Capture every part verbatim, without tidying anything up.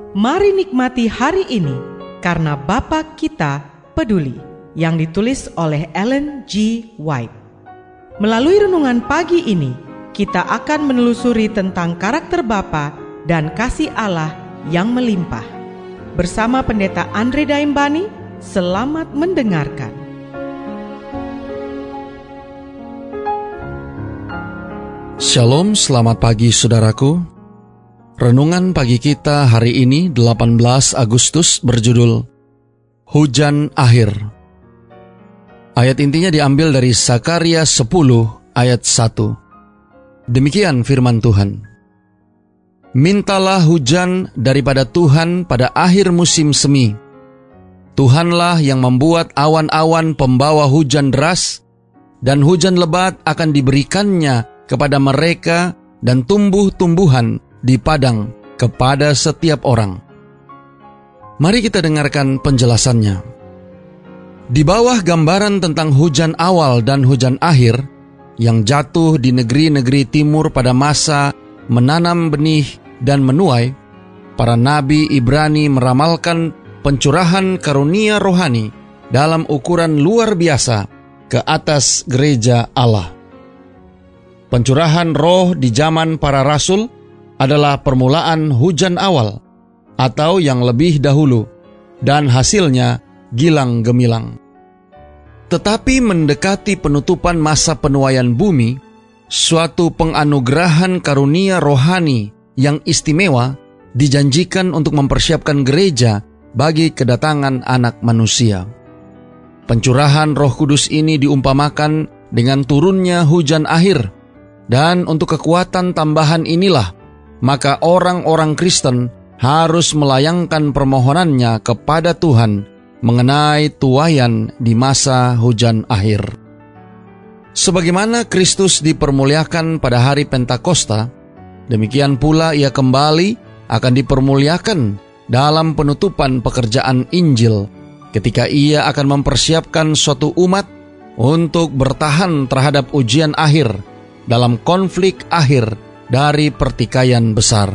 Mari nikmati hari ini karena Bapa kita peduli, yang ditulis oleh Ellen G. White. Melalui renungan pagi ini, kita akan menelusuri tentang karakter Bapa dan kasih Allah yang melimpah. Bersama Pendeta Andre Daimbani, selamat mendengarkan. Shalom, selamat pagi saudaraku. Renungan pagi kita hari ini delapan belas Agustus berjudul Hujan Akhir. Ayat intinya diambil dari Zakaria sepuluh ayat satu. Demikian firman Tuhan. Mintalah hujan daripada Tuhan pada akhir musim semi. Tuhanlah yang membuat awan-awan pembawa hujan deras, dan hujan lebat akan diberikannya kepada mereka dan tumbuh-tumbuhan di padang kepada setiap orang. Mari kita dengarkan penjelasannya. Di bawah gambaran tentang hujan awal dan hujan akhir yang jatuh di negeri-negeri timur pada masa menanam benih dan menuai, para nabi Ibrani meramalkan pencurahan karunia rohani dalam ukuran luar biasa ke atas gereja Allah. Pencurahan roh di zaman para rasul adalah permulaan hujan awal atau yang lebih dahulu, dan hasilnya gilang gemilang. Tetapi mendekati penutupan masa penuaian bumi, suatu penganugerahan karunia rohani yang istimewa dijanjikan untuk mempersiapkan gereja bagi kedatangan anak manusia. Pencurahan Roh Kudus ini diumpamakan dengan turunnya hujan akhir, dan untuk kekuatan tambahan inilah maka orang-orang Kristen harus melayangkan permohonannya kepada Tuhan mengenai tuaian di masa hujan akhir. Sebagaimana Kristus dipermuliakan pada hari Pentakosta, demikian pula ia kembali akan dipermuliakan dalam penutupan pekerjaan Injil ketika ia akan mempersiapkan suatu umat untuk bertahan terhadap ujian akhir dalam konflik akhir dari pertikaian besar.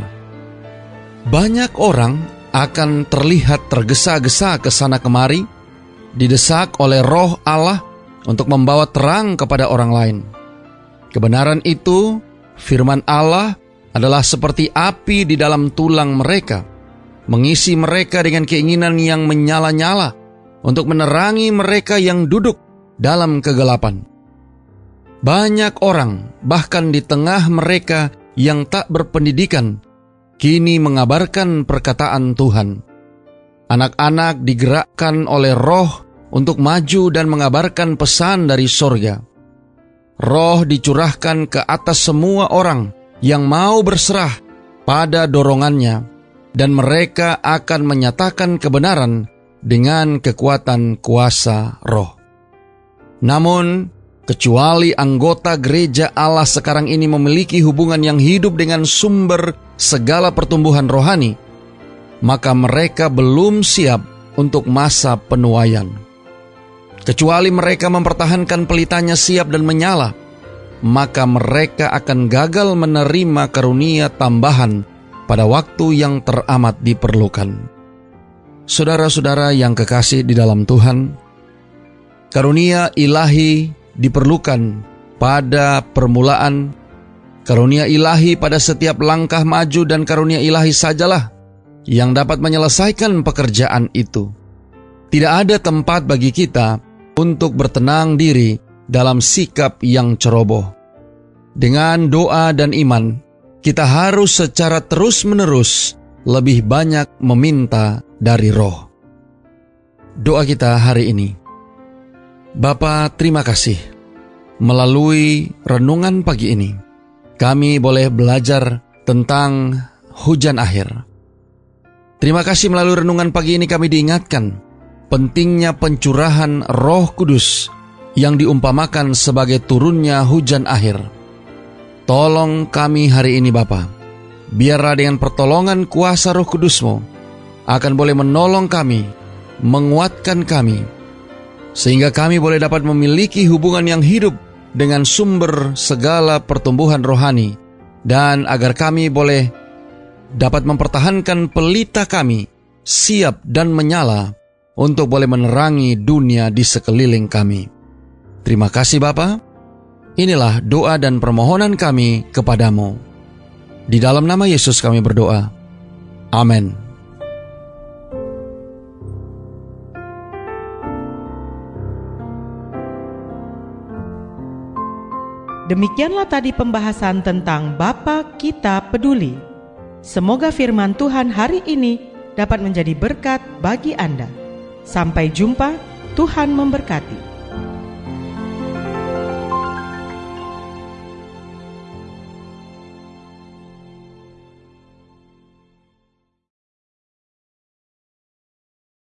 Banyak orang akan terlihat tergesa-gesa ke sana kemari, didesak oleh Roh Allah untuk membawa terang kepada orang lain. Kebenaran itu, firman Allah, adalah seperti api di dalam tulang mereka, mengisi mereka dengan keinginan yang menyala-nyala untuk menerangi mereka yang duduk dalam kegelapan. Banyak orang, bahkan di tengah mereka yang tak berpendidikan, kini mengabarkan perkataan Tuhan. Anak-anak digerakkan oleh Roh untuk maju dan mengabarkan pesan dari sorga. Roh dicurahkan ke atas semua orang yang mau berserah pada dorongannya, dan mereka akan menyatakan kebenaran dengan kekuatan kuasa Roh. Namun, kecuali anggota gereja Allah sekarang ini memiliki hubungan yang hidup dengan sumber segala pertumbuhan rohani, maka mereka belum siap untuk masa penuaian. Kecuali mereka mempertahankan pelitanya siap dan menyala, maka mereka akan gagal menerima karunia tambahan pada waktu yang teramat diperlukan. Saudara-saudara yang kekasih di dalam Tuhan, karunia ilahi diperlukan pada permulaan, karunia ilahi pada setiap langkah maju, dan karunia ilahi sajalah yang dapat menyelesaikan pekerjaan itu. Tidak ada tempat bagi kita untuk bertenang diri dalam sikap yang ceroboh. Dengan doa dan iman, kita harus secara terus-menerus lebih banyak meminta dari Roh. Doa kita hari ini. Bapa, terima kasih. Melalui renungan pagi ini, kami boleh belajar tentang hujan akhir. Terima kasih, melalui renungan pagi ini kami diingatkan pentingnya pencurahan Roh Kudus yang diumpamakan sebagai turunnya hujan akhir. Tolong kami hari ini Bapa, biarlah dengan pertolongan kuasa Roh Kudus-Mu akan boleh menolong kami, menguatkan kami, sehingga kami boleh dapat memiliki hubungan yang hidup dengan sumber segala pertumbuhan rohani, dan agar kami boleh dapat mempertahankan pelita kami siap dan menyala untuk boleh menerangi dunia di sekeliling kami. Terima kasih Bapa. Inilah doa dan permohonan kami kepadamu. Di dalam nama Yesus kami berdoa. Amin. Demikianlah tadi pembahasan tentang Bapa Kita Peduli. Semoga firman Tuhan hari ini dapat menjadi berkat bagi Anda. Sampai jumpa, Tuhan memberkati.